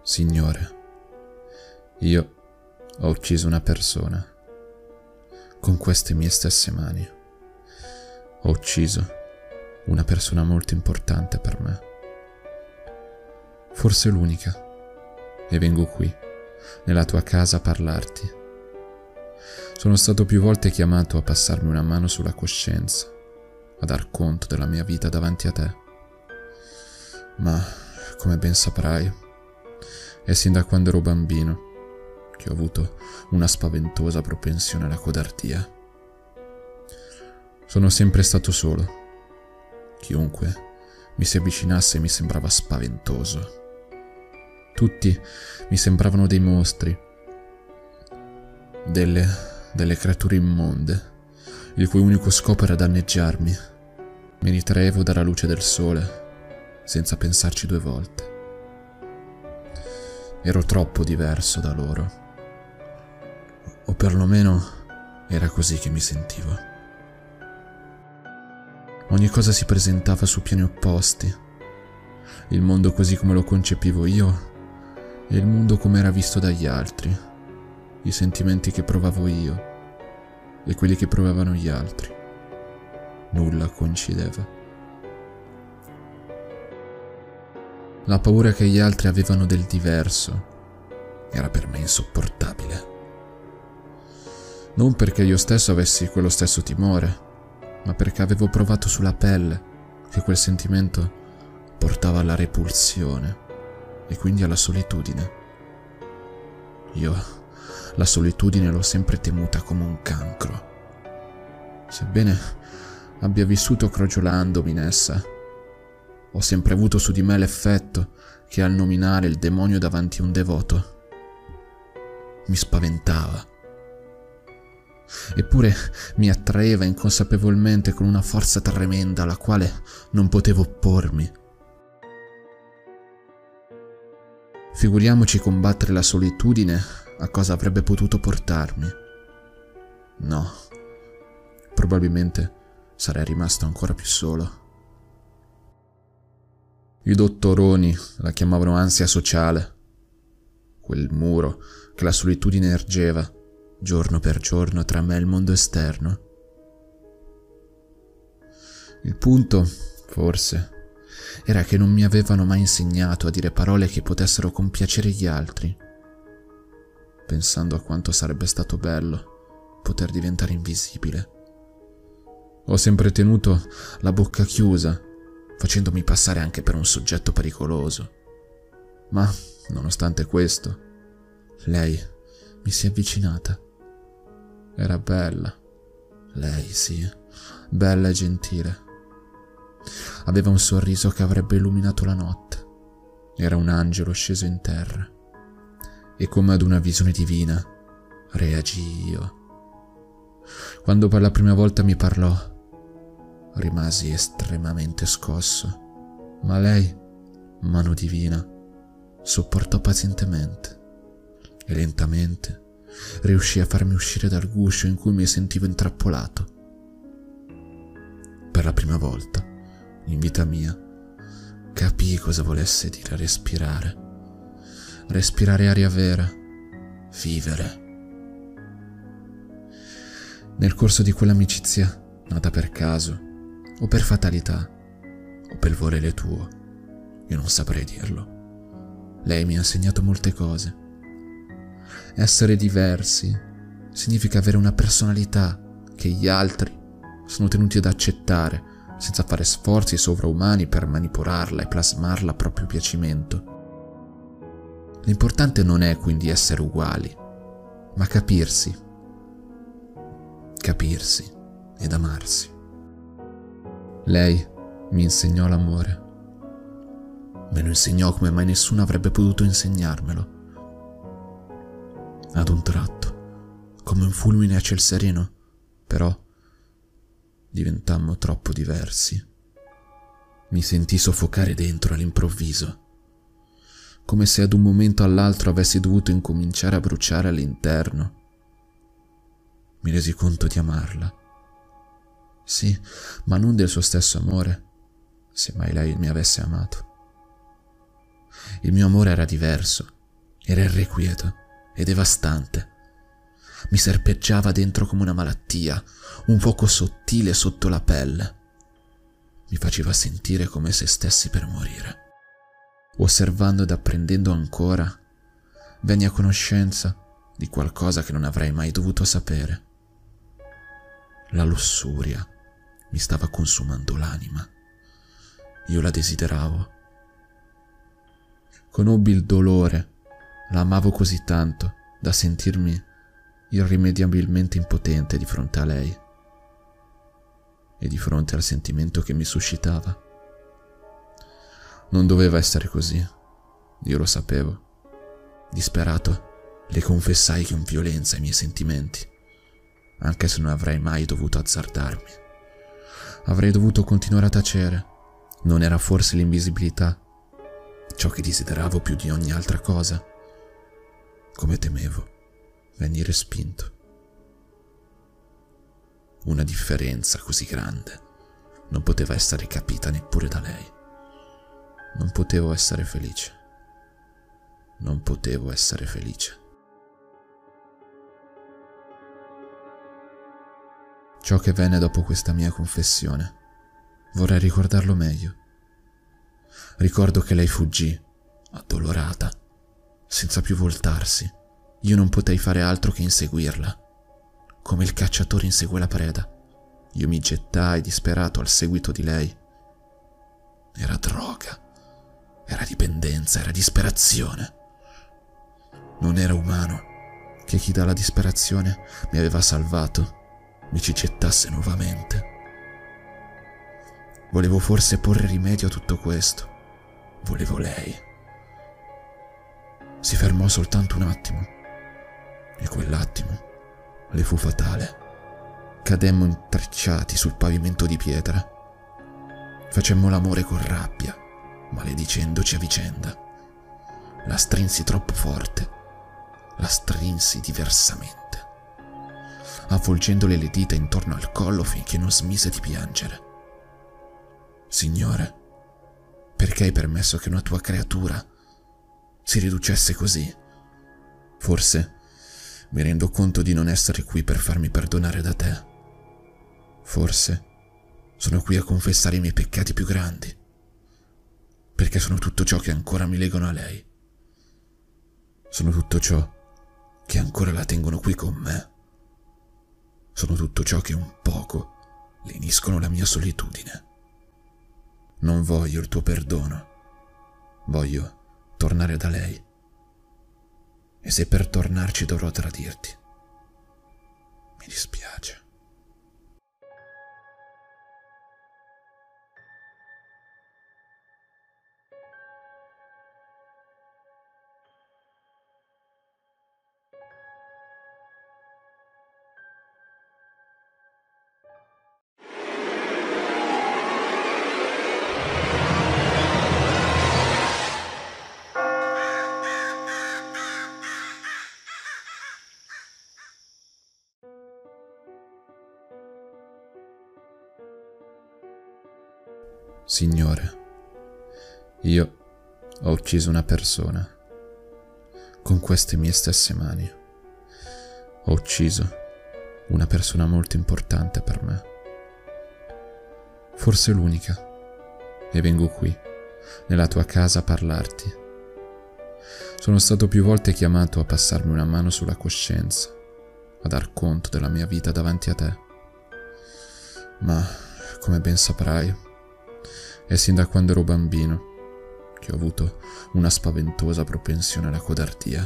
Signore, io ho ucciso una persona con queste mie stesse mani. Ho ucciso una persona molto importante per me, forse l'unica, e vengo qui, nella tua casa, a parlarti. Sono stato più volte chiamato a passarmi una mano sulla coscienza, a dar conto della mia vita davanti a te. Ma, come ben saprai, è sin da quando ero bambino che ho avuto una spaventosa propensione alla codardia. Sono sempre stato solo. Chiunque mi si avvicinasse mi sembrava spaventoso. Tutti mi sembravano dei mostri, delle creature immonde, il cui unico scopo era danneggiarmi. Mi ritraevo dalla luce del sole, senza pensarci due volte. Ero troppo diverso da loro, o perlomeno era così che mi sentivo. Ogni cosa si presentava su piani opposti, il mondo così come lo concepivo io e il mondo come era visto dagli altri, i sentimenti che provavo io e quelli che provavano gli altri. Nulla coincideva. La paura che gli altri avevano del diverso era per me insopportabile. Non perché io stesso avessi quello stesso timore, ma perché avevo provato sulla pelle che quel sentimento portava alla repulsione e quindi alla solitudine. Io la solitudine l'ho sempre temuta come un cancro. Sebbene abbia vissuto crogiolandomi in essa, ho sempre avuto su di me l'effetto che al nominare il demonio davanti a un devoto mi spaventava. Eppure mi attraeva inconsapevolmente con una forza tremenda alla quale non potevo oppormi. Figuriamoci combattere la solitudine a cosa avrebbe potuto portarmi. No, probabilmente sarei rimasto ancora più solo. I dottoroni la chiamavano ansia sociale, quel muro che la solitudine ergeva giorno per giorno tra me e il mondo esterno. Il punto, forse, era che non mi avevano mai insegnato a dire parole che potessero compiacere gli altri, pensando a quanto sarebbe stato bello poter diventare invisibile. Ho sempre tenuto la bocca chiusa, facendomi passare anche per un soggetto pericoloso. Ma, nonostante questo, lei mi si è avvicinata. Era bella. Lei, sì, bella e gentile. Aveva un sorriso che avrebbe illuminato la notte. Era un angelo sceso in terra. E come ad una visione divina, reagii io. Quando per la prima volta mi parlò, rimasi estremamente scosso, ma lei, mano divina, sopportò pazientemente e lentamente riuscì a farmi uscire dal guscio in cui mi sentivo intrappolato. Per la prima volta, in vita mia, capii cosa volesse dire respirare. Respirare aria vera, vivere. Nel corso di quell'amicizia, nata per caso, o per fatalità, o per volere tuo, io non saprei dirlo, lei mi ha insegnato molte cose. Essere diversi significa avere una personalità che gli altri sono tenuti ad accettare senza fare sforzi sovraumani per manipolarla e plasmarla a proprio piacimento. L'importante non è quindi essere uguali, ma capirsi ed amarsi. Lei mi insegnò l'amore. Me lo insegnò come mai nessuno avrebbe potuto insegnarmelo. Ad un tratto, come un fulmine a ciel sereno, però diventammo troppo diversi. Mi sentii soffocare dentro all'improvviso, come se ad un momento all'altro avessi dovuto incominciare a bruciare all'interno. Mi resi conto di amarla. Sì, ma non del suo stesso amore, se mai lei mi avesse amato. Il mio amore era diverso, era irrequieto e devastante. Mi serpeggiava dentro come una malattia, un fuoco sottile sotto la pelle. Mi faceva sentire come se stessi per morire. Osservando ed apprendendo ancora, venni a conoscenza di qualcosa che non avrei mai dovuto sapere. La lussuria mi stava consumando l'anima. Io la desideravo. Conobbi il dolore, la amavo così tanto da sentirmi irrimediabilmente impotente di fronte a lei e di fronte al sentimento che mi suscitava. Non doveva essere così, io lo sapevo. Disperato, le confessai con violenza i miei sentimenti, anche se non avrei mai dovuto azzardarmi. Avrei dovuto continuare a tacere. Non era forse l'invisibilità ciò che desideravo più di ogni altra cosa? Come temevo, venni respinto. Una differenza così grande non poteva essere capita neppure da lei. Non potevo essere felice. Non potevo essere felice. Ciò che venne dopo questa mia confessione, vorrei ricordarlo meglio. Ricordo che lei fuggì, addolorata, senza più voltarsi. Io non potei fare altro che inseguirla. Come il cacciatore insegue la preda, io mi gettai disperato al seguito di lei. Era droga, era dipendenza, era disperazione. Non era umano che chi dalla disperazione mi aveva salvato mi ci gettasse nuovamente. Volevo forse porre rimedio a tutto questo. Volevo lei. Si fermò soltanto un attimo, e quell'attimo le fu fatale. Cademmo intrecciati sul pavimento di pietra. Facemmo l'amore con rabbia, maledicendoci a vicenda. La strinsi troppo forte, la strinsi diversamente, avvolgendole le dita intorno al collo finché non smise di piangere. Signore, perché hai permesso che una tua creatura si riducesse così? Forse mi rendo conto di non essere qui per farmi perdonare da te. Forse sono qui a confessare i miei peccati più grandi, perché sono tutto ciò che ancora mi legano a lei. Sono tutto ciò che ancora la tengono qui con me. Sono tutto ciò che un poco leniscono la mia solitudine. Non voglio il tuo perdono. Voglio tornare da lei. E se per tornarci dovrò tradirti, mi dispiace. Signore, io ho ucciso una persona con queste mie stesse mani. Ho ucciso una persona molto importante per me, forse l'unica, e vengo qui, nella tua casa, a parlarti. Sono stato più volte chiamato a passarmi una mano sulla coscienza, a dar conto della mia vita davanti a te, ma, come ben saprai, è sin da quando ero bambino che ho avuto una spaventosa propensione alla codardia.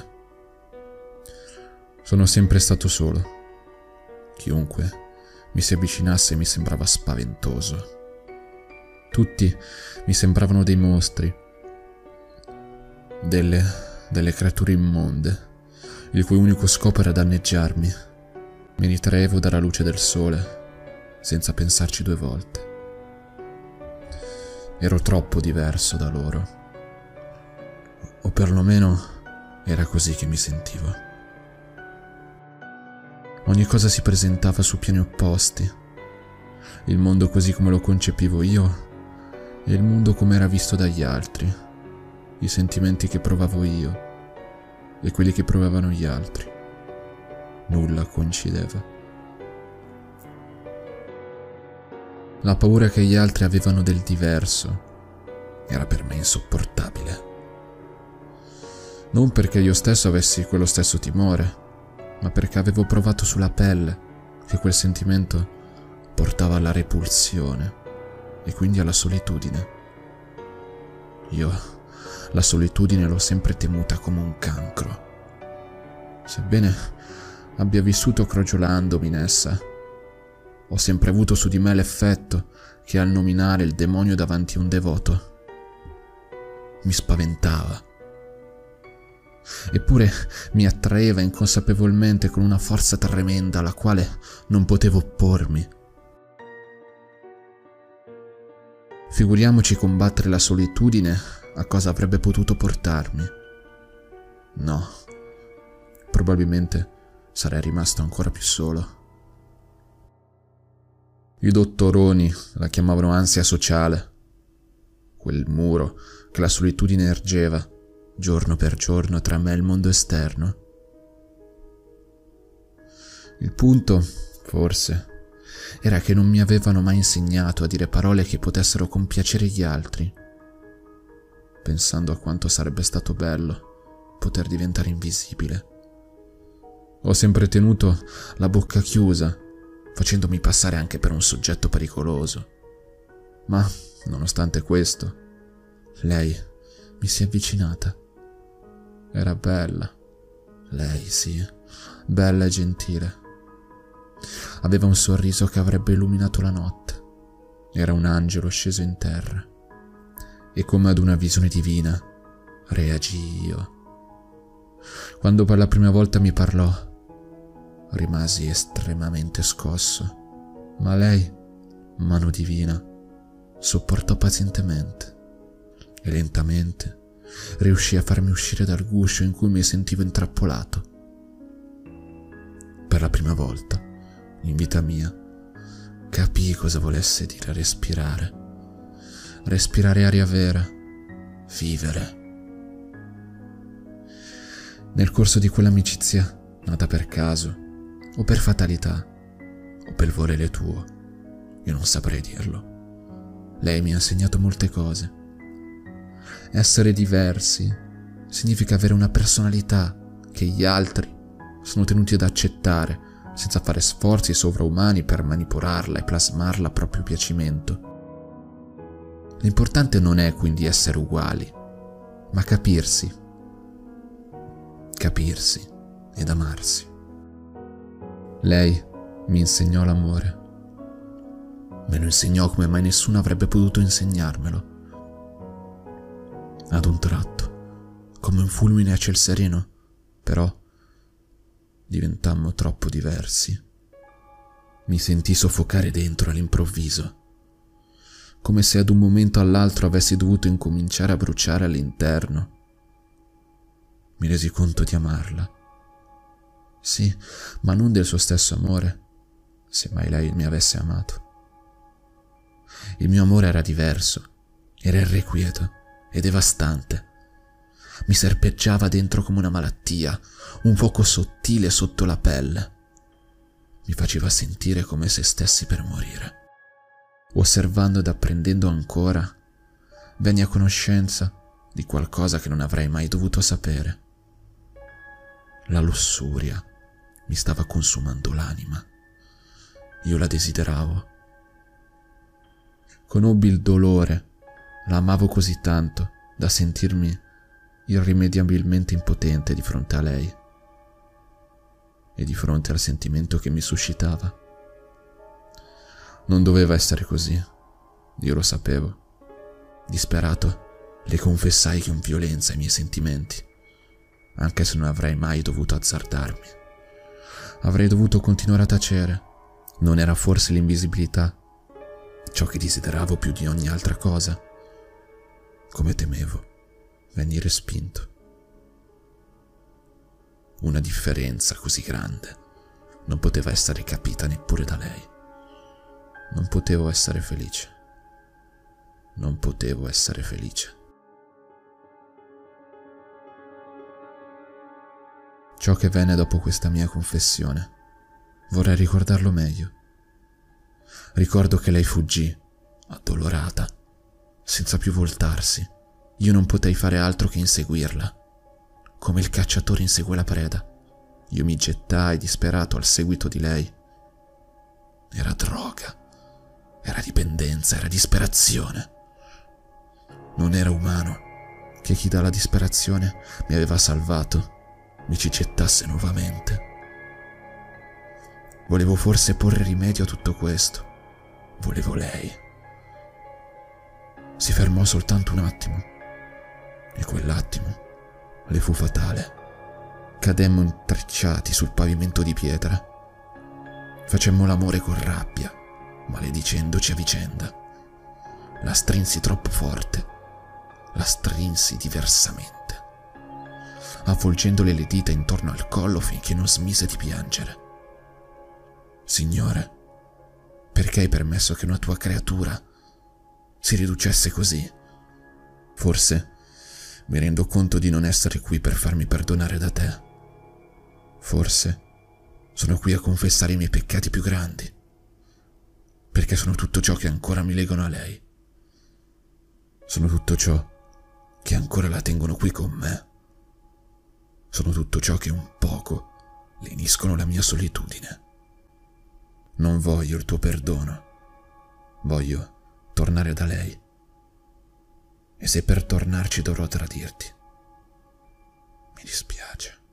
Sono sempre stato solo. Chiunque mi si avvicinasse mi sembrava spaventoso. Tutti mi sembravano dei mostri, delle creature immonde, il cui unico scopo era danneggiarmi. Mi ritraevo dalla luce del sole senza pensarci due volte. Ero troppo diverso da loro, o perlomeno era così che mi sentivo. Ogni cosa si presentava su piani opposti, il mondo così come lo concepivo io e il mondo come era visto dagli altri. i sentimenti che provavo io e quelli che provavano gli altri. Nulla coincideva. La paura che gli altri avevano del diverso era per me insopportabile. Non perché io stesso avessi quello stesso timore, ma perché avevo provato sulla pelle che quel sentimento portava alla repulsione e quindi alla solitudine. Io la solitudine l'ho sempre temuta come un cancro. Sebbene abbia vissuto crogiolandomi in essa, ho sempre avuto su di me l'effetto che al nominare il demonio davanti a un devoto mi spaventava. Eppure mi attraeva inconsapevolmente con una forza tremenda alla quale non potevo oppormi. Figuriamoci combattere la solitudine a cosa avrebbe potuto portarmi. No, probabilmente sarei rimasto ancora più solo. I dottoroni la chiamavano ansia sociale, quel muro che la solitudine ergeva giorno per giorno tra me e il mondo esterno. Il punto, forse, era che non mi avevano mai insegnato a dire parole che potessero compiacere gli altri, pensando a quanto sarebbe stato bello poter diventare invisibile. Ho sempre tenuto la bocca chiusa, facendomi passare anche per un soggetto pericoloso. Ma, nonostante questo, lei mi si è avvicinata. Era bella. Lei, sì, bella e gentile. Aveva un sorriso che avrebbe illuminato la notte. Era un angelo sceso in terra. E come ad una visione divina, reagii io. Quando per la prima volta mi parlò, rimasi estremamente scosso, ma lei, mano divina, sopportò pazientemente e lentamente riuscì a farmi uscire dal guscio in cui mi sentivo intrappolato. Per la prima volta, in vita mia, capii cosa volesse dire respirare. Respirare aria vera, vivere. Nel corso di quell'amicizia, nata per caso, o per fatalità, o per volere tuo, io non saprei dirlo, lei mi ha insegnato molte cose. Essere diversi significa avere una personalità che gli altri sono tenuti ad accettare senza fare sforzi sovraumani per manipolarla e plasmarla a proprio piacimento. L'importante non è quindi essere uguali, ma capirsi ed amarsi. Lei mi insegnò l'amore. Me lo insegnò come mai nessuno avrebbe potuto insegnarmelo. Ad un tratto, come un fulmine a ciel sereno, però diventammo troppo diversi. Mi sentii soffocare dentro all'improvviso, come se ad un momento all'altro avessi dovuto incominciare a bruciare all'interno. Mi resi conto di amarla. Sì, ma non del suo stesso amore, se mai lei mi avesse amato. Il mio amore era diverso, era irrequieto e devastante. Mi serpeggiava dentro come una malattia, un fuoco sottile sotto la pelle. Mi faceva sentire come se stessi per morire. Osservando ed apprendendo ancora, venni a conoscenza di qualcosa che non avrei mai dovuto sapere. La lussuria mi stava consumando l'anima. Io la desideravo. Conobbi il dolore, la amavo così tanto da sentirmi irrimediabilmente impotente di fronte a lei e di fronte al sentimento che mi suscitava. Non doveva essere così, io lo sapevo. Disperato, le confessai con violenza i miei sentimenti, anche se non avrei mai dovuto azzardarmi. Avrei dovuto continuare a tacere. Non era forse l'invisibilità ciò che desideravo più di ogni altra cosa? Come temevo, venni respinto. Una differenza così grande non poteva essere capita neppure da lei. Non potevo essere felice. Non potevo essere felice. ciò che venne dopo questa mia confessione. Vorrei ricordarlo meglio. Ricordo che lei fuggì, addolorata, senza più voltarsi. Io non potei fare altro che inseguirla. Come il cacciatore insegue la preda, io mi gettai disperato al seguito di lei. Era droga, era dipendenza, era disperazione. Non era umano che chi dalla disperazione mi aveva salvato mi ci gettasse nuovamente. Volevo forse porre rimedio a tutto questo. Volevo lei. Si fermò soltanto un attimo e quell'attimo le fu fatale. Cademmo intrecciati sul pavimento di pietra. Facemmo l'amore con rabbia, maledicendoci a vicenda. La strinsi troppo forte, la strinsi diversamente, avvolgendole le dita intorno al collo finché non smise di piangere. Signore, perché hai permesso che una tua creatura si riducesse così? Forse mi rendo conto di non essere qui per farmi perdonare da te. Forse sono qui a confessare i miei peccati più grandi, perché sono tutto ciò che ancora mi legano a lei. Sono tutto ciò che ancora la tengono qui con me. Sono tutto ciò che un poco leniscono la mia solitudine. Non voglio il tuo perdono. Voglio tornare da lei. E se per tornarci dovrò tradirti, mi dispiace.